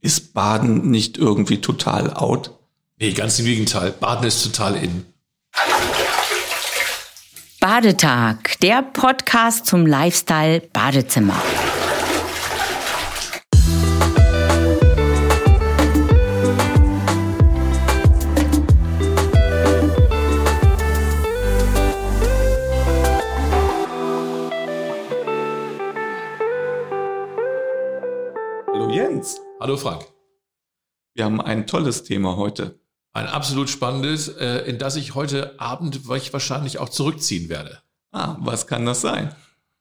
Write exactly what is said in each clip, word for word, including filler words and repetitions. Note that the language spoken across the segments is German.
Ist Baden nicht irgendwie total out? Nee, ganz im Gegenteil. Baden ist total in. Badetag, der Podcast zum Lifestyle Badezimmer. Hallo Jens. Hallo Frank. Wir haben ein tolles Thema heute. Ein absolut spannendes, in das ich heute Abend wahrscheinlich auch zurückziehen werde. Ah, was kann das sein?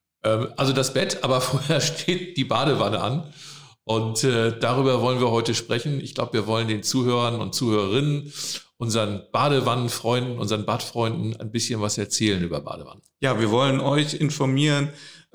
Also das Bett, aber vorher steht die Badewanne an. Und äh, darüber wollen wir heute sprechen. Ich glaube, wir wollen den Zuhörern und Zuhörerinnen, unseren Badewannenfreunden, unseren Badfreunden ein bisschen was erzählen über Badewannen. Ja, wir wollen euch informieren,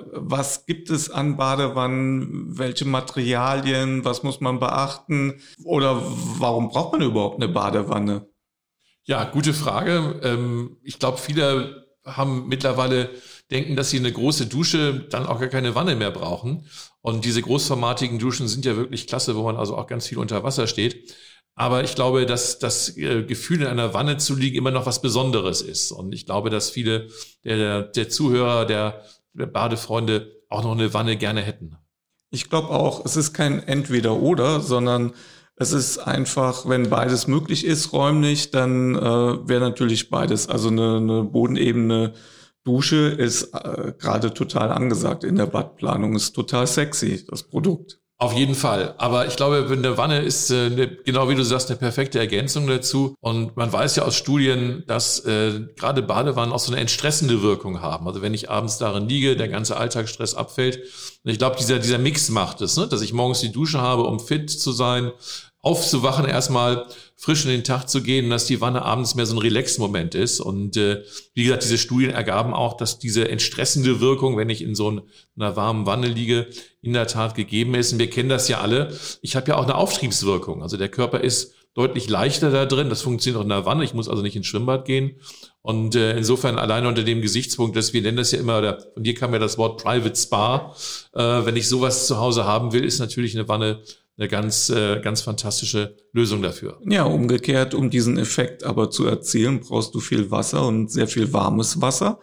was gibt es an Badewannen, welche Materialien, was muss man beachten oder warum braucht man überhaupt eine Badewanne? Ja, gute Frage. Ähm, ich glaube, viele haben mittlerweile denken, dass sie eine große Dusche dann auch gar keine Wanne mehr brauchen. Und diese großformatigen Duschen sind ja wirklich klasse, wo man also auch ganz viel unter Wasser steht. Aber ich glaube, dass das Gefühl, in einer Wanne zu liegen, immer noch was Besonderes ist. Und ich glaube, dass viele der, der Zuhörer, der, der Badefreunde auch noch eine Wanne gerne hätten. Ich glaube auch, es ist kein Entweder-Oder, sondern es ist einfach, wenn beides möglich ist räumlich, dann äh, wäre natürlich beides. Also eine, eine bodenebene Dusche ist äh, gerade total angesagt in der Badplanung, ist total sexy, das Produkt. Auf jeden Fall. Aber ich glaube, eine Wanne ist, äh, eine, genau wie du sagst, eine perfekte Ergänzung dazu. Und man weiß ja aus Studien, dass äh, gerade Badewannen auch so eine entstressende Wirkung haben. Also wenn ich abends darin liege, der ganze Alltagsstress abfällt. Und ich glaube, dieser dieser Mix macht es, ne? Dass ich morgens die Dusche habe, um fit zu sein, aufzuwachen, erstmal frisch in den Tag zu gehen, dass die Wanne abends mehr so ein Relax-Moment ist. Und äh, wie gesagt, diese Studien ergaben auch, dass diese entstressende Wirkung, wenn ich in so einer warmen Wanne liege, in der Tat gegeben ist. Und wir kennen das ja alle. Ich habe ja auch eine Auftriebswirkung. Also der Körper ist deutlich leichter da drin. Das funktioniert auch in der Wanne. Ich muss also nicht ins Schwimmbad gehen. Und äh, insofern alleine unter dem Gesichtspunkt, dass wir nennen das ja immer, oder von dir kam ja das Wort Private Spa. Äh, wenn ich sowas zu Hause haben will, ist natürlich eine Wanne eine ganz, äh, ganz fantastische Lösung dafür. Ja, umgekehrt, um diesen Effekt aber zu erzielen, brauchst du viel Wasser und sehr viel warmes Wasser.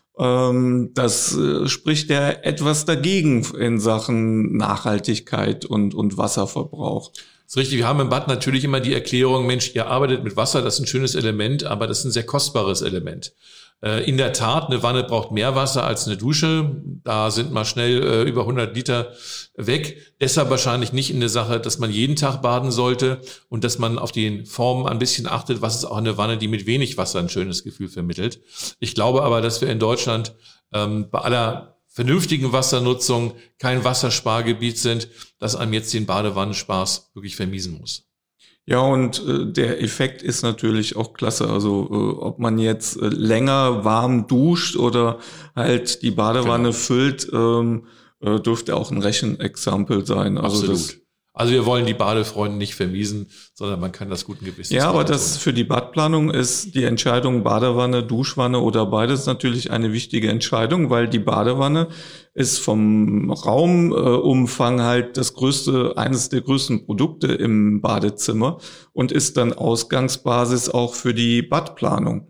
Ähm, das äh, spricht ja etwas dagegen in Sachen Nachhaltigkeit und, und Wasserverbrauch. Das ist richtig. Wir haben im Bad natürlich immer die Erklärung, Mensch, ihr arbeitet mit Wasser, das ist ein schönes Element, aber das ist ein sehr kostbares Element. In der Tat, eine Wanne braucht mehr Wasser als eine Dusche. Da sind mal schnell äh, über hundert Liter weg. Deshalb wahrscheinlich nicht in der Sache, dass man jeden Tag baden sollte und dass man auf die Formen ein bisschen achtet. Was ist auch eine Wanne, die mit wenig Wasser ein schönes Gefühl vermittelt. Ich glaube aber, dass wir in Deutschland ähm, bei aller vernünftigen Wassernutzung kein Wasserspargebiet sind, dass einem jetzt den Badewannenspaß wirklich vermiesen muss. Ja, und äh, der Effekt ist natürlich auch klasse. Also äh, ob man jetzt äh, länger warm duscht oder halt die Badewanne genau. füllt, ähm, äh, dürfte auch ein Rechenexempel sein. Also Absolut. Das, also wir wollen die Badefreunde nicht vermiesen, sondern man kann das guten Gewissens. Ja, aber das für die Badplanung ist die Entscheidung Badewanne, Duschwanne oder beides natürlich eine wichtige Entscheidung, weil die Badewanne ist vom Raumumfang äh, halt das größte, eines der größten Produkte im Badezimmer und ist dann Ausgangsbasis auch für die Badplanung.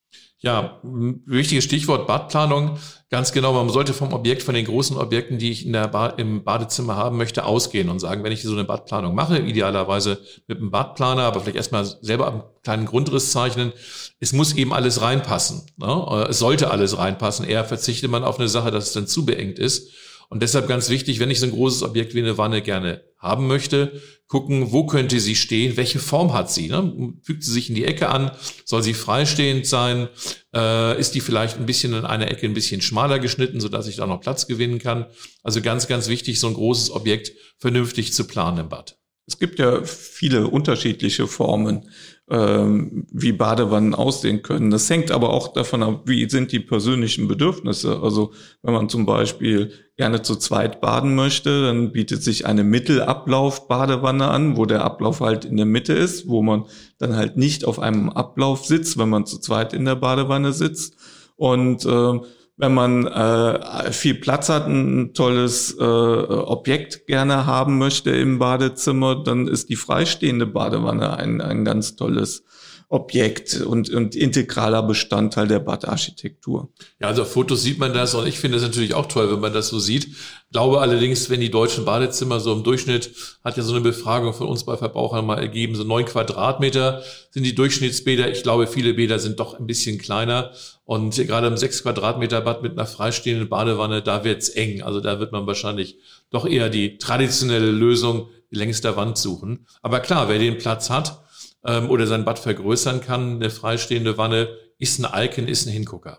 Ja, wichtiges Stichwort Badplanung. Ganz genau, man sollte vom Objekt, von den großen Objekten, die ich in der ba- im Badezimmer haben möchte, ausgehen und sagen, wenn ich so eine Badplanung mache, idealerweise mit einem Badplaner, aber vielleicht erstmal selber einen kleinen Grundriss zeichnen, es muss eben alles reinpassen. Ne? Es sollte alles reinpassen. Eher verzichtet man auf eine Sache, dass es dann zu beengt ist. Und deshalb ganz wichtig, wenn ich so ein großes Objekt wie eine Wanne gerne haben möchte, gucken, wo könnte sie stehen, welche Form hat sie. Ne? Fügt sie sich in die Ecke an, soll sie freistehend sein, äh, ist die vielleicht ein bisschen in einer Ecke ein bisschen schmaler geschnitten, sodass ich da noch Platz gewinnen kann. Also ganz, ganz wichtig, so ein großes Objekt vernünftig zu planen im Bad. Es gibt ja viele unterschiedliche Formen, ähm, wie Badewannen aussehen können. Das hängt aber auch davon ab, wie sind die persönlichen Bedürfnisse. Also wenn man zum Beispiel gerne zu zweit baden möchte, dann bietet sich eine Mittelablauf-Badewanne an, wo der Ablauf halt in der Mitte ist, wo man dann halt nicht auf einem Ablauf sitzt, wenn man zu zweit in der Badewanne sitzt. Und äh, Wenn man äh, viel Platz hat, ein tolles äh, Objekt gerne haben möchte im Badezimmer, dann ist die freistehende Badewanne ein, ein ganz tolles Objekt und, und integraler Bestandteil der Badarchitektur. Ja, also auf Fotos sieht man das und ich finde es natürlich auch toll, wenn man das so sieht. Glaube allerdings, wenn die deutschen Badezimmer so im Durchschnitt, hat ja so eine Befragung von uns bei Verbrauchern mal ergeben, so neun Quadratmeter sind die Durchschnittsbäder. Ich glaube, viele Bäder sind doch ein bisschen kleiner und gerade im sechs Quadratmeter Bad mit einer freistehenden Badewanne, da wird's eng. Also da wird man wahrscheinlich doch eher die traditionelle Lösung längs der Wand suchen. Aber klar, wer den Platz hat, oder sein Bad vergrößern kann, eine freistehende Wanne, ist ein Icon, ist ein Hingucker.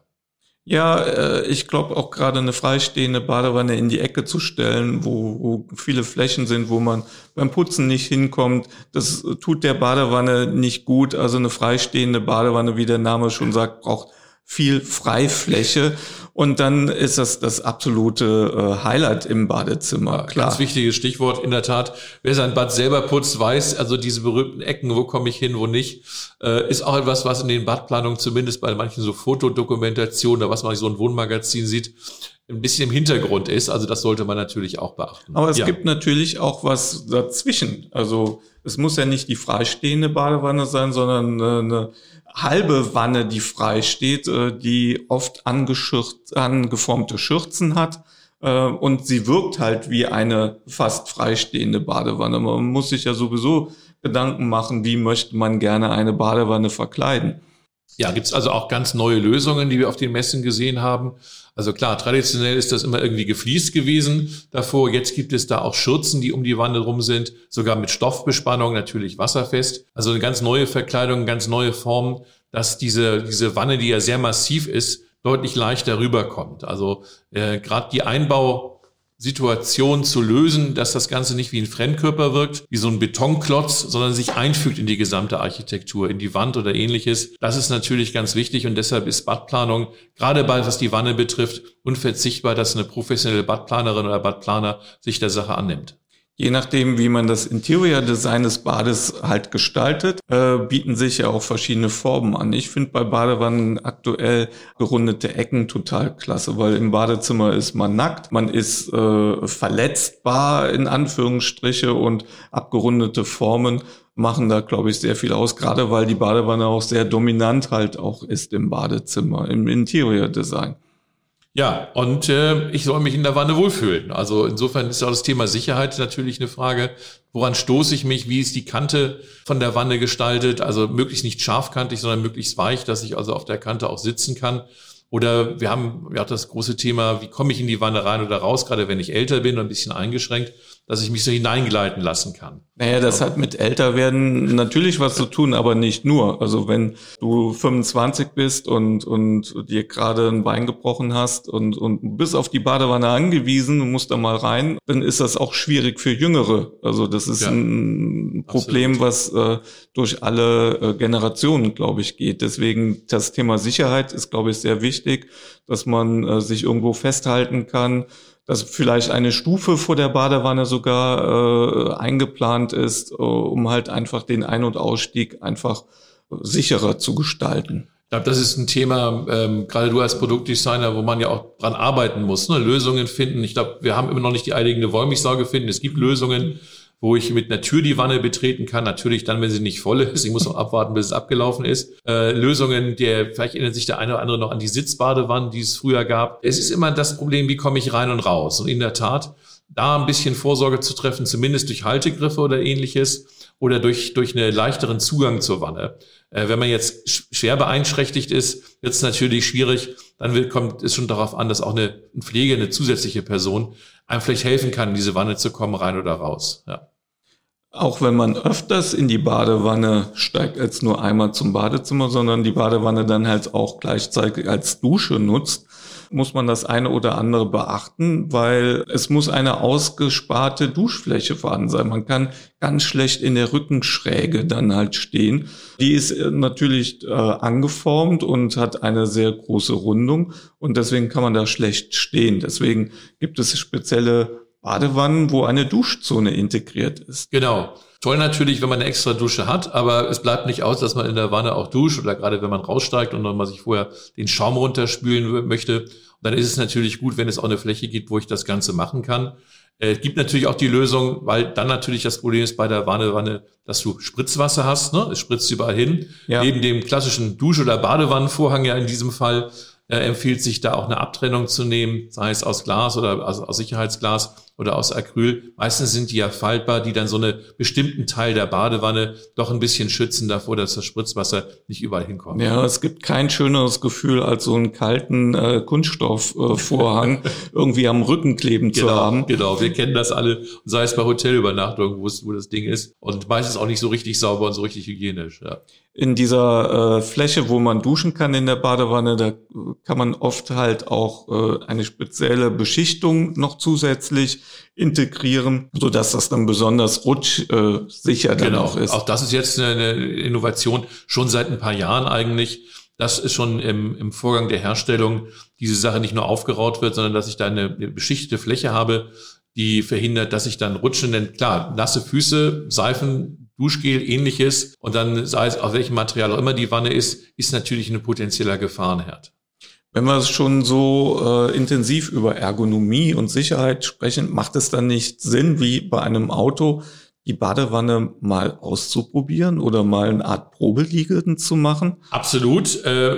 Ja, ich glaube auch gerade eine freistehende Badewanne in die Ecke zu stellen, wo, wo viele Flächen sind, wo man beim Putzen nicht hinkommt, das tut der Badewanne nicht gut. Also eine freistehende Badewanne, wie der Name schon sagt, braucht viel Freifläche und dann ist das das absolute äh, Highlight im Badezimmer. Ja, klar. Ganz wichtiges Stichwort, in der Tat. Wer sein Bad selber putzt, weiß, also diese berühmten Ecken, wo komme ich hin, wo nicht, äh, ist auch etwas, was in den Badplanungen, zumindest bei manchen so Fotodokumentationen oder was man so ein Wohnmagazin sieht, ein bisschen im Hintergrund ist. Also das sollte man natürlich auch beachten. Aber es ja. gibt natürlich auch was dazwischen. Also es muss ja nicht die freistehende Badewanne sein, sondern eine, eine halbe Wanne, die frei steht, die oft angeschürzt, angeformte Schürzen hat. Und sie wirkt halt wie eine fast freistehende Badewanne. Man muss sich ja sowieso Gedanken machen, wie möchte man gerne eine Badewanne verkleiden. Ja, gibt's also auch ganz neue Lösungen, die wir auf den Messen gesehen haben. Also klar, traditionell ist das immer irgendwie gefliest gewesen davor. Jetzt gibt es da auch Schürzen, die um die Wanne rum sind, sogar mit Stoffbespannung, natürlich wasserfest. Also eine ganz neue Verkleidung, ganz neue Form, dass diese diese Wanne, die ja sehr massiv ist, deutlich leichter rüberkommt. Also äh, gerade die Einbausituation zu lösen, dass das Ganze nicht wie ein Fremdkörper wirkt, wie so ein Betonklotz, sondern sich einfügt in die gesamte Architektur, in die Wand oder ähnliches. Das ist natürlich ganz wichtig und deshalb ist Badplanung, gerade bei was die Wanne betrifft, unverzichtbar, dass eine professionelle Badplanerin oder Badplaner sich der Sache annimmt. Je nachdem, wie man das Interior Design des Bades halt gestaltet, äh, bieten sich ja auch verschiedene Formen an. Ich finde bei Badewannen aktuell gerundete Ecken total klasse, weil im Badezimmer ist man nackt, man ist äh, verletzbar in Anführungsstriche und abgerundete Formen machen da, glaube ich, sehr viel aus, gerade weil die Badewanne auch sehr dominant halt auch ist im Badezimmer, im Interior Design. Ja, und äh, ich soll mich in der Wanne wohlfühlen. Also insofern ist auch das Thema Sicherheit natürlich eine Frage. Woran stoße ich mich? Wie ist die Kante von der Wanne gestaltet? Also möglichst nicht scharfkantig, sondern möglichst weich, dass ich also auf der Kante auch sitzen kann. Oder wir haben ja das große Thema, wie komme ich in die Wanne rein oder raus, gerade wenn ich älter bin und ein bisschen eingeschränkt, dass ich mich so hineingleiten lassen kann. Naja, das hat mit Älterwerden natürlich was zu tun, aber nicht nur. Also wenn du fünfundzwanzig bist und und dir gerade ein Bein gebrochen hast und und bist auf die Badewanne angewiesen und musst da mal rein, dann ist das auch schwierig für Jüngere. Also das ist ja ein Problem, absolut, was äh, durch alle äh, Generationen, glaube ich, geht. Deswegen das Thema Sicherheit ist, glaube ich, sehr wichtig, dass man äh, sich irgendwo festhalten kann, dass vielleicht eine Stufe vor der Badewanne sogar äh, eingeplant ist, äh, um halt einfach den Ein- und Ausstieg einfach sicherer zu gestalten. Ich glaube, das ist ein Thema, ähm, gerade du als Produktdesigner, wo man ja auch dran arbeiten muss, ne? Lösungen finden. Ich glaube, wir haben immer noch nicht die eierlegende Wollmilchsau gefunden. Es gibt Lösungen, wo ich mit einer Tür die Wanne betreten kann. Natürlich dann, wenn sie nicht voll ist. Ich muss noch abwarten, bis es abgelaufen ist. Äh, Lösungen, der, vielleicht erinnert sich der eine oder andere noch an die Sitzbadewanne, die es früher gab. Es ist immer das Problem, wie komme ich rein und raus? Und in der Tat, da ein bisschen Vorsorge zu treffen, zumindest durch Haltegriffe oder ähnliches oder durch, durch einen leichteren Zugang zur Wanne. Äh, wenn man jetzt schwer beeinträchtigt ist, wird es natürlich schwierig. Dann wird, kommt es schon darauf an, dass auch eine, eine Pflege, eine zusätzliche Person einem vielleicht helfen kann, in diese Wanne zu kommen, rein oder raus. Ja. Auch wenn man öfters in die Badewanne steigt als nur einmal zum Badezimmer, sondern die Badewanne dann halt auch gleichzeitig als Dusche nutzt, muss man das eine oder andere beachten, weil es muss eine ausgesparte Duschfläche vorhanden sein. Man kann ganz schlecht in der Rückenschräge dann halt stehen. Die ist natürlich äh, angeformt und hat eine sehr große Rundung und deswegen kann man da schlecht stehen. Deswegen gibt es spezielle Badewannen, wo eine Duschzone integriert ist. Genau. Toll natürlich, wenn man eine extra Dusche hat, aber es bleibt nicht aus, dass man in der Wanne auch duscht oder gerade wenn man raussteigt und dann mal sich vorher den Schaum runterspülen möchte. Dann ist es natürlich gut, wenn es auch eine Fläche gibt, wo ich das Ganze machen kann. Es gibt natürlich auch die Lösung, weil dann natürlich das Problem ist bei der Badewanne, dass du Spritzwasser hast, ne? Es spritzt überall hin. Ja. Neben dem klassischen Dusch- oder Badewannenvorhang ja in diesem Fall äh, empfiehlt sich da auch eine Abtrennung zu nehmen, sei es aus Glas oder aus, aus Sicherheitsglas oder aus Acryl. Meistens sind die ja faltbar, die dann so einen bestimmten Teil der Badewanne doch ein bisschen schützen davor, dass das Spritzwasser nicht überall hinkommt. Ja, es gibt kein schöneres Gefühl, als so einen kalten äh, Kunststoffvorhang äh, irgendwie am Rücken kleben genau, zu haben. Genau, wir kennen das alle, sei es bei Hotelübernachtungen, wo, es, wo das Ding ist. Und meistens auch nicht so richtig sauber und so richtig hygienisch. Ja. In dieser äh, Fläche, wo man duschen kann in der Badewanne, da kann man oft halt auch äh, eine spezielle Beschichtung noch zusätzlich integrieren, so dass das dann besonders rutschsicher äh, dann genau. auch ist. Auch das ist jetzt eine, eine Innovation, schon seit ein paar Jahren eigentlich. Das ist schon im, im Vorgang der Herstellung, diese Sache nicht nur aufgeraut wird, sondern dass ich da eine, eine beschichtete Fläche habe, die verhindert, dass ich dann rutsche. Denn klar, nasse Füße, Seifen, Duschgel, ähnliches und dann sei es auf welchem Material auch immer die Wanne ist, ist natürlich ein potenzieller Gefahrenherd. Wenn wir schon so äh, intensiv über Ergonomie und Sicherheit sprechen, macht es dann nicht Sinn, wie bei einem Auto, die Badewanne mal auszuprobieren oder mal eine Art Probeliegen zu machen? Absolut.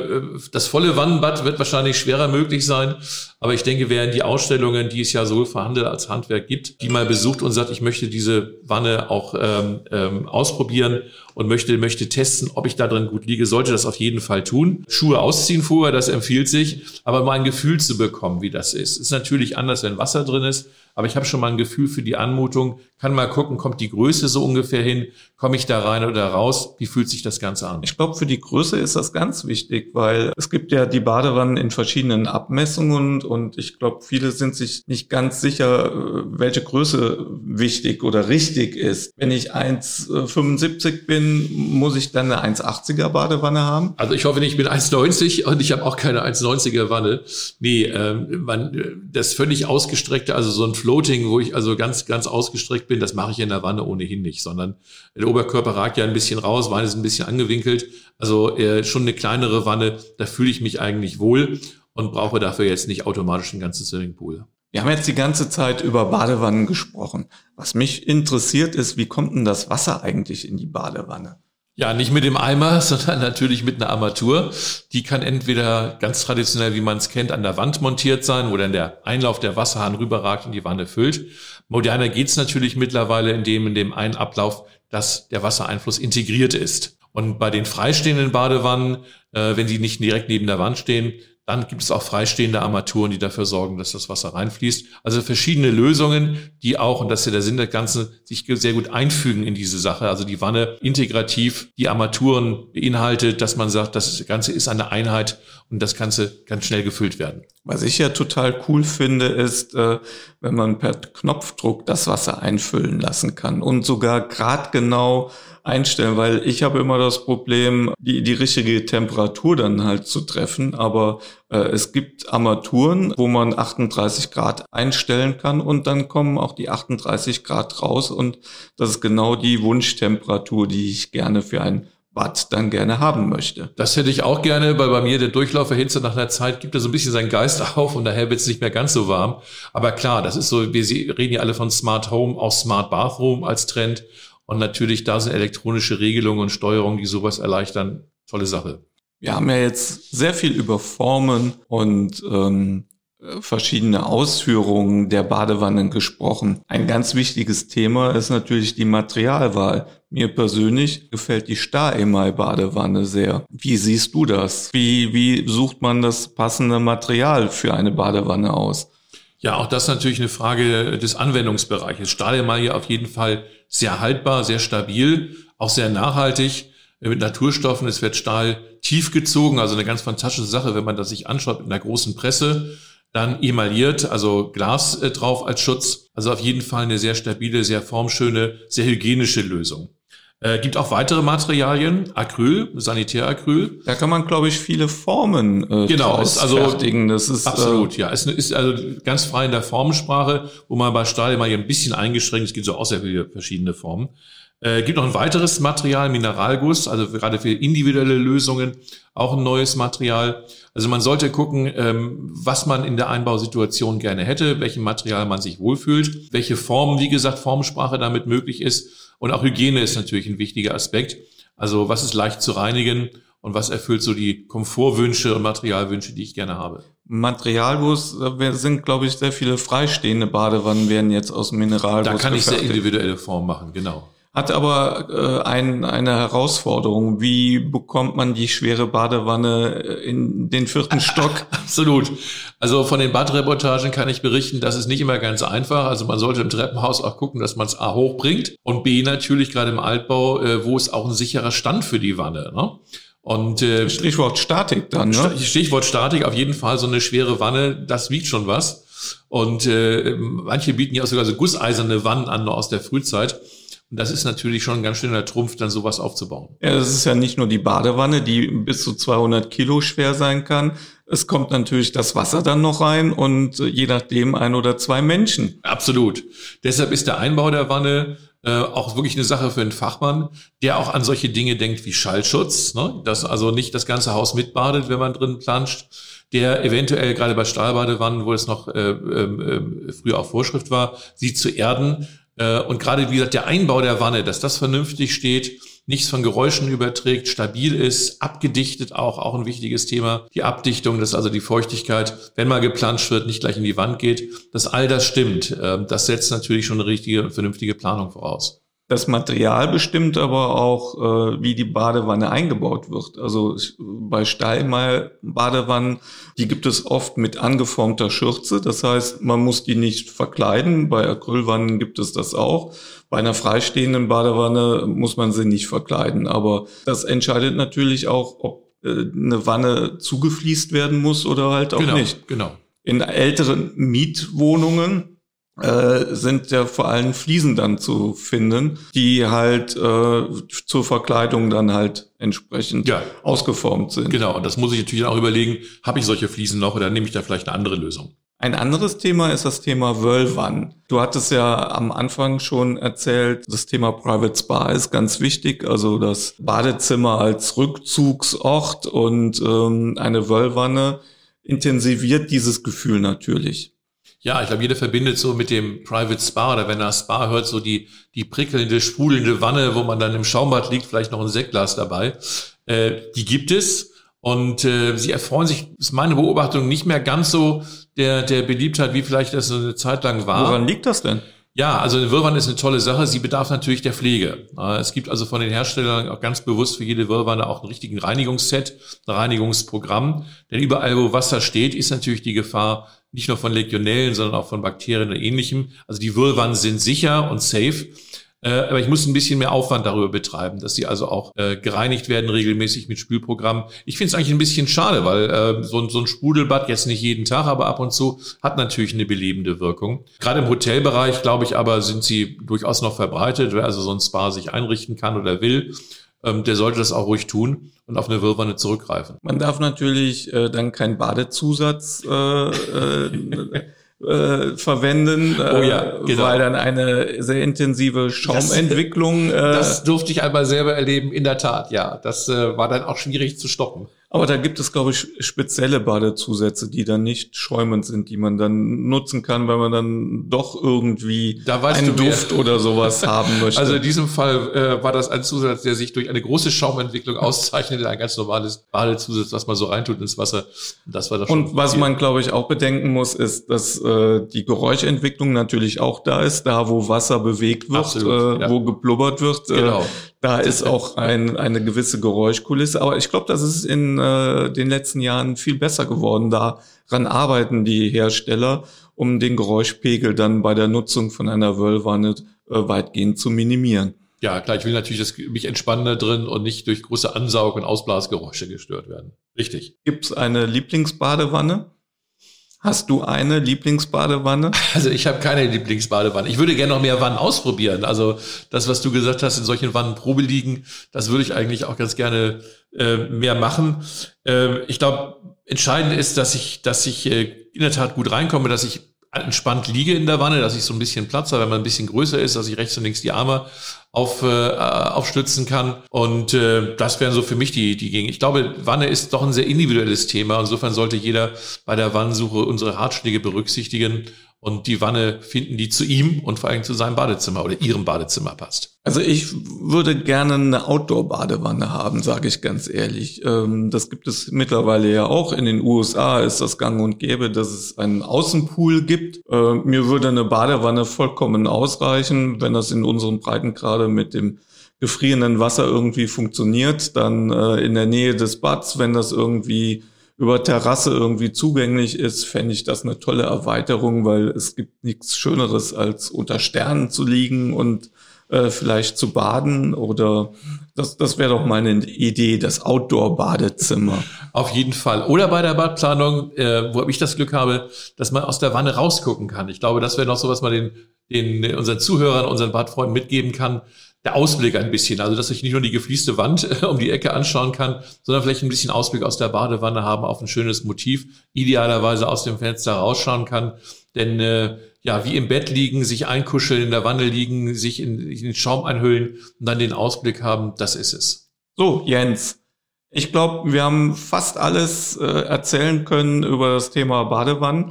Das volle Wannenbad wird wahrscheinlich schwerer möglich sein. Aber ich denke, wer in die Ausstellungen, die es ja so für Handel als Handwerk gibt, die mal besucht und sagt, ich möchte diese Wanne auch ähm, ähm, ausprobieren und möchte möchte testen, ob ich da drin gut liege, sollte das auf jeden Fall tun. Schuhe ausziehen vorher, das empfiehlt sich. Aber mal ein Gefühl zu bekommen, wie das ist. Ist natürlich anders, wenn Wasser drin ist. Aber ich habe schon mal ein Gefühl für die Anmutung, kann mal gucken, kommt die Größe so ungefähr hin, komme ich da rein oder raus, wie fühlt sich das Ganze an? Ich glaube, für die Größe ist das ganz wichtig, weil es gibt ja die Badewannen in verschiedenen Abmessungen und ich glaube, viele sind sich nicht ganz sicher, welche Größe wichtig oder richtig ist. Wenn ich eins Komma fünfundsiebzig bin, muss ich dann eine eins Komma achtziger Badewanne haben? Also ich hoffe nicht, ich bin eins Komma neunzig und ich habe auch keine eins Komma neunziger Wanne. Nee, ähm, man, das völlig ausgestreckte, also so ein Floating, wo ich also ganz, ganz ausgestreckt bin, das mache ich in der Wanne ohnehin nicht, sondern der Oberkörper ragt ja ein bisschen raus, Wanne ist ein bisschen angewinkelt, also äh, schon eine kleinere Wanne, da fühle ich mich eigentlich wohl und brauche dafür jetzt nicht automatisch ein ganzes Swimmingpool. Wir haben jetzt die ganze Zeit über Badewannen gesprochen. Was mich interessiert ist, wie kommt denn das Wasser eigentlich in die Badewanne? Ja, nicht mit dem Eimer, sondern natürlich mit einer Armatur. Die kann entweder ganz traditionell, wie man es kennt, an der Wand montiert sein, wo dann der Einlauf der Wasserhahn rüberragt und die Wanne füllt. Moderner geht's natürlich mittlerweile, indem in dem einen Ablauf, dass der Wassereinfluss integriert ist. Und bei den freistehenden Badewannen, äh, wenn die nicht direkt neben der Wand stehen, dann gibt es auch freistehende Armaturen, die dafür sorgen, dass das Wasser reinfließt. Also verschiedene Lösungen, die auch, und das ist ja der Sinn des Ganzen, sich sehr gut einfügen in diese Sache. Also die Wanne integrativ die Armaturen beinhaltet, dass man sagt, das Ganze ist eine Einheit und das Ganze kann schnell gefüllt werden. Was ich ja total cool finde, ist, wenn man per Knopfdruck das Wasser einfüllen lassen kann und sogar gradgenau einstellen, weil ich habe immer das Problem, die die richtige Temperatur dann halt zu treffen, aber äh, es gibt Armaturen, wo man achtunddreißig Grad einstellen kann und dann kommen auch die achtunddreißig Grad raus und das ist genau die Wunschtemperatur, die ich gerne für ein Bad dann gerne haben möchte. Das hätte ich auch gerne, weil bei mir der Durchlauf der Hitze nach einer Zeit gibt er so ein bisschen seinen Geist auf und daher wird es nicht mehr ganz so warm. Aber klar, das ist so, wir reden ja alle von Smart Home, auch Smart Bathroom als Trend. Und natürlich, da sind elektronische Regelungen und Steuerungen, die sowas erleichtern. Tolle Sache. Wir haben ja jetzt sehr viel über Formen und ähm, verschiedene Ausführungen der Badewannen gesprochen. Ein ganz wichtiges Thema ist natürlich die Materialwahl. Mir persönlich gefällt die Star-Emai-Badewanne sehr. Wie siehst du das? Wie, wie sucht man das passende Material für eine Badewanne aus? Ja, auch das ist natürlich eine Frage des Anwendungsbereiches. Stahlemaille auf jeden Fall sehr haltbar, sehr stabil, auch sehr nachhaltig mit Naturstoffen. Es wird Stahl tief gezogen, also eine ganz fantastische Sache, wenn man das sich anschaut mit einer großen Presse. Dann emailliert, also Glas äh, drauf als Schutz. Also auf jeden Fall eine sehr stabile, sehr formschöne, sehr hygienische Lösung. Äh, gibt auch weitere Materialien, Acryl, Sanitäracryl. Da kann man, glaube ich, viele Formen äh, genau, ist also fertigen. Das ist absolut, äh, ja. Es ist also ganz frei in der Formensprache, wo man bei Stahl immer ein bisschen eingeschränkt, es gibt so auch sehr viele verschiedene Formen. Äh, gibt noch ein weiteres Material, Mineralguss, also gerade für individuelle Lösungen auch ein neues Material. Also man sollte gucken, ähm, was man in der Einbausituation gerne hätte, welchem Material man sich wohlfühlt, welche Formen, wie gesagt, Formsprache damit möglich ist. Und auch Hygiene ist natürlich ein wichtiger Aspekt. Also was ist leicht zu reinigen und was erfüllt so die Komfortwünsche und Materialwünsche, die ich gerne habe. Materialguss, da sind, glaube ich, sehr viele freistehende Badewannen werden jetzt aus Mineralguss Da kann ich sehr gefertigt. individuelle Formen machen, genau. Hat aber äh, ein, eine Herausforderung. Wie bekommt man die schwere Badewanne in den vierten Stock? Absolut. Also von den Badreportagen kann ich berichten, das ist nicht immer ganz einfach. Also man sollte im Treppenhaus auch gucken, dass man es A hochbringt und B natürlich gerade im Altbau, äh, wo ist auch ein sicherer Stand für die Wanne, ne? Und äh, Stichwort Statik dann, ne? Stichwort Statik, auf jeden Fall so eine schwere Wanne, das wiegt schon was. Und äh, manche bieten ja auch sogar so gusseiserne Wannen an, noch aus der Frühzeit. Und das ist natürlich schon ein ganz schöner Trumpf, dann sowas aufzubauen. Ja, das ist ja nicht nur die Badewanne, die bis zu zweihundert Kilo schwer sein kann. Es kommt natürlich das Wasser dann noch rein und je nachdem ein oder zwei Menschen. Absolut. Deshalb ist der Einbau der Wanne äh, auch wirklich eine Sache für einen Fachmann, der auch an solche Dinge denkt wie Schallschutz, ne? Dass also nicht das ganze Haus mitbadet, wenn man drin planscht. Der eventuell gerade bei Stahlbadewannen, wo es noch äh, äh, früher auch Vorschrift war, sie zu erden. Und gerade, wie gesagt, der Einbau der Wanne, dass das vernünftig steht, nichts von Geräuschen überträgt, stabil ist, abgedichtet auch, auch ein wichtiges Thema. Die Abdichtung, dass also die Feuchtigkeit, wenn mal geplanscht wird, nicht gleich in die Wand geht, dass all das stimmt. Das setzt natürlich schon eine richtige und vernünftige Planung voraus. Das Material bestimmt aber auch, äh, wie die Badewanne eingebaut wird. Also bei Stahlbadewannen, die gibt es oft mit angeformter Schürze. Das heißt, man muss die nicht verkleiden. Bei Acrylwannen gibt es das auch. Bei einer freistehenden Badewanne muss man sie nicht verkleiden. Aber das entscheidet natürlich auch, ob äh, eine Wanne zugefliest werden muss oder halt auch genau, nicht. Genau. In älteren Mietwohnungen Äh, sind ja vor allem Fliesen dann zu finden, die halt äh, zur Verkleidung dann halt entsprechend ja. ausgeformt sind. Genau, und das muss ich natürlich auch überlegen, habe ich solche Fliesen noch oder nehme ich da vielleicht eine andere Lösung? Ein anderes Thema ist das Thema Wöllwanne. Du hattest ja am Anfang schon erzählt, das Thema Private Spa ist ganz wichtig, also das Badezimmer als Rückzugsort und ähm, eine Wöllwanne intensiviert dieses Gefühl natürlich. Ja, ich glaube, jeder verbindet so mit dem Private Spa oder wenn er Spa hört, so die die prickelnde, sprudelnde Wanne, wo man dann im Schaumbad liegt, vielleicht noch ein Sektglas dabei. Äh, die gibt es und äh, sie erfreuen sich, ist meine Beobachtung, nicht mehr ganz so der der Beliebtheit, wie vielleicht das so eine Zeit lang war. Woran liegt das denn? Ja, also eine Wöllwanne ist eine tolle Sache. Sie bedarf natürlich der Pflege. Es gibt also von den Herstellern auch ganz bewusst für jede Wöllwanne auch einen richtigen Reinigungsset, ein Reinigungsprogramm. Denn überall, wo Wasser steht, ist natürlich die Gefahr nicht nur von Legionellen, sondern auch von Bakterien und Ähnlichem. Also die Wöllwannen sind sicher und safe. Aber ich muss ein bisschen mehr Aufwand darüber betreiben, dass sie also auch äh, gereinigt werden regelmäßig mit Spülprogramm. Ich finde es eigentlich ein bisschen schade, weil äh, so, so ein Sprudelbad jetzt nicht jeden Tag, aber ab und zu hat natürlich eine belebende Wirkung. Gerade im Hotelbereich, glaube ich, aber sind sie durchaus noch verbreitet. Wer also so ein Spa sich einrichten kann oder will, ähm, der sollte das auch ruhig tun und auf eine Wöllwanne zurückgreifen. Man darf natürlich äh, dann keinen Badezusatz äh, äh, Äh, verwenden, äh, oh ja, genau. weil dann eine sehr intensive Schaumentwicklung. Das, äh, das durfte ich einmal selber erleben, in der Tat, ja. Das äh, war dann auch schwierig zu stoppen. Aber da gibt es, glaube ich, spezielle Badezusätze, die dann nicht schäumend sind, die man dann nutzen kann, weil man dann doch irgendwie da weißt einen du Duft oder sowas haben möchte. Also in diesem Fall äh, war das ein Zusatz, der sich durch eine große Schaumentwicklung auszeichnet, ein ganz normales Badezusatz, was man so reintut ins Wasser. Das war das schon. Und was viel. man, glaube ich, auch bedenken muss, ist, dass äh, die Geräuschentwicklung natürlich auch da ist, da wo Wasser bewegt wird, Absolut, äh, ja. wo geblubbert wird. Genau. Äh, Da ist auch ein, eine gewisse Geräuschkulisse. Aber ich glaube, das ist in äh, den letzten Jahren viel besser geworden. Daran arbeiten die Hersteller, um den Geräuschpegel dann bei der Nutzung von einer Wöllwanne äh, weitgehend zu minimieren. Ja, klar, ich will natürlich, dass mich entspannen da drin und nicht durch große Ansaug- und Ausblasgeräusche gestört werden. Richtig. Gibt's eine Lieblingsbadewanne? Hast du eine Lieblingsbadewanne? Also ich habe keine Lieblingsbadewanne. Ich würde gerne noch mehr Wannen ausprobieren. Also das, was du gesagt hast, in solchen Wannen Probe liegen, das würde ich eigentlich auch ganz gerne äh, mehr machen. Äh, ich glaube, entscheidend ist, dass ich, dass ich äh, in der Tat gut reinkomme, dass ich entspannt liege in der Wanne, dass ich so ein bisschen Platz habe, wenn man ein bisschen größer ist, dass ich rechts und links die Arme auf, äh, aufstützen kann. Und äh, das wären so für mich die, die Gegend. Ich glaube, Wanne ist doch ein sehr individuelles Thema. Insofern sollte jeder bei der Wannensuche unsere Ratschläge berücksichtigen und die Wanne finden, die zu ihm und vor allem zu seinem Badezimmer oder ihrem Badezimmer passt. Also ich würde gerne eine Outdoor-Badewanne haben, sage ich ganz ehrlich. Das gibt es mittlerweile ja auch. In den U S A ist das gang und gäbe, dass es einen Außenpool gibt. Mir würde eine Badewanne vollkommen ausreichen, wenn das in unseren Breitengrade mit dem gefrierenden Wasser irgendwie funktioniert. Dann in der Nähe des Bads, wenn das irgendwie über Terrasse irgendwie zugänglich ist, fände ich das eine tolle Erweiterung, weil es gibt nichts Schöneres, als unter Sternen zu liegen und äh, vielleicht zu baden. Oder das, das wäre doch meine Idee, das Outdoor-Badezimmer. Auf jeden Fall. Oder bei der Badplanung, äh, wo ich das Glück habe, dass man aus der Wanne rausgucken kann. Ich glaube, das wäre noch so, was man den, den unseren Zuhörern, unseren Badfreunden mitgeben kann. Der Ausblick ein bisschen, also dass ich nicht nur die geflieste Wand um die Ecke anschauen kann, sondern vielleicht ein bisschen Ausblick aus der Badewanne haben auf ein schönes Motiv, idealerweise aus dem Fenster rausschauen kann. Denn äh, ja, wie im Bett liegen, sich einkuscheln, in der Wanne liegen, sich in, in den Schaum einhüllen und dann den Ausblick haben, das ist es. So, Jens, ich glaube, wir haben fast alles äh, erzählen können über das Thema Badewannen.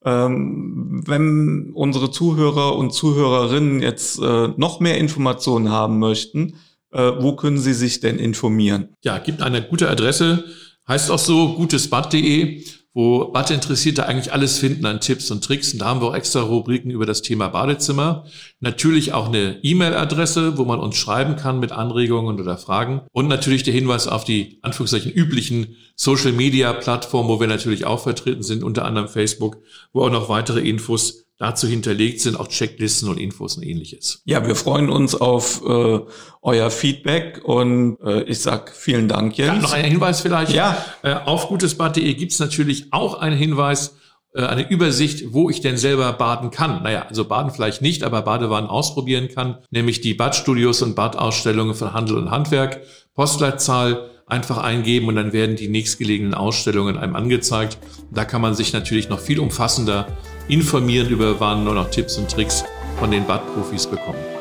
Ähm, wenn unsere Zuhörer und Zuhörerinnen jetzt äh, noch mehr Informationen haben möchten, äh, wo können sie sich denn informieren? Ja, gibt eine gute Adresse, heißt auch so, gutesbad punkt de, wo Badinteressierte eigentlich alles finden an Tipps und Tricks. Und da haben wir auch extra Rubriken über das Thema Badezimmer. Natürlich auch eine E-Mail-Adresse, wo man uns schreiben kann mit Anregungen oder Fragen. Und natürlich der Hinweis auf die Anführungszeichen üblichen Social-Media-Plattformen, wo wir natürlich auch vertreten sind, unter anderem Facebook, wo auch noch weitere Infos dazu hinterlegt sind, auch Checklisten und Infos und Ähnliches. Ja, wir freuen uns auf äh, euer Feedback und äh, ich sag vielen Dank, Jens. Ja, noch ein Hinweis vielleicht. Ja. Äh, auf gutesbad punkt de gibt es natürlich auch einen Hinweis, äh, eine Übersicht, wo ich denn selber baden kann. Naja, also baden vielleicht nicht, aber Badewannen ausprobieren kann, nämlich die Badstudios und Badausstellungen von Handel und Handwerk. Postleitzahl einfach eingeben und dann werden die nächstgelegenen Ausstellungen einem angezeigt. Da kann man sich natürlich noch viel umfassender informieren über Wannen und auch Tipps und Tricks von den Badprofis bekommen.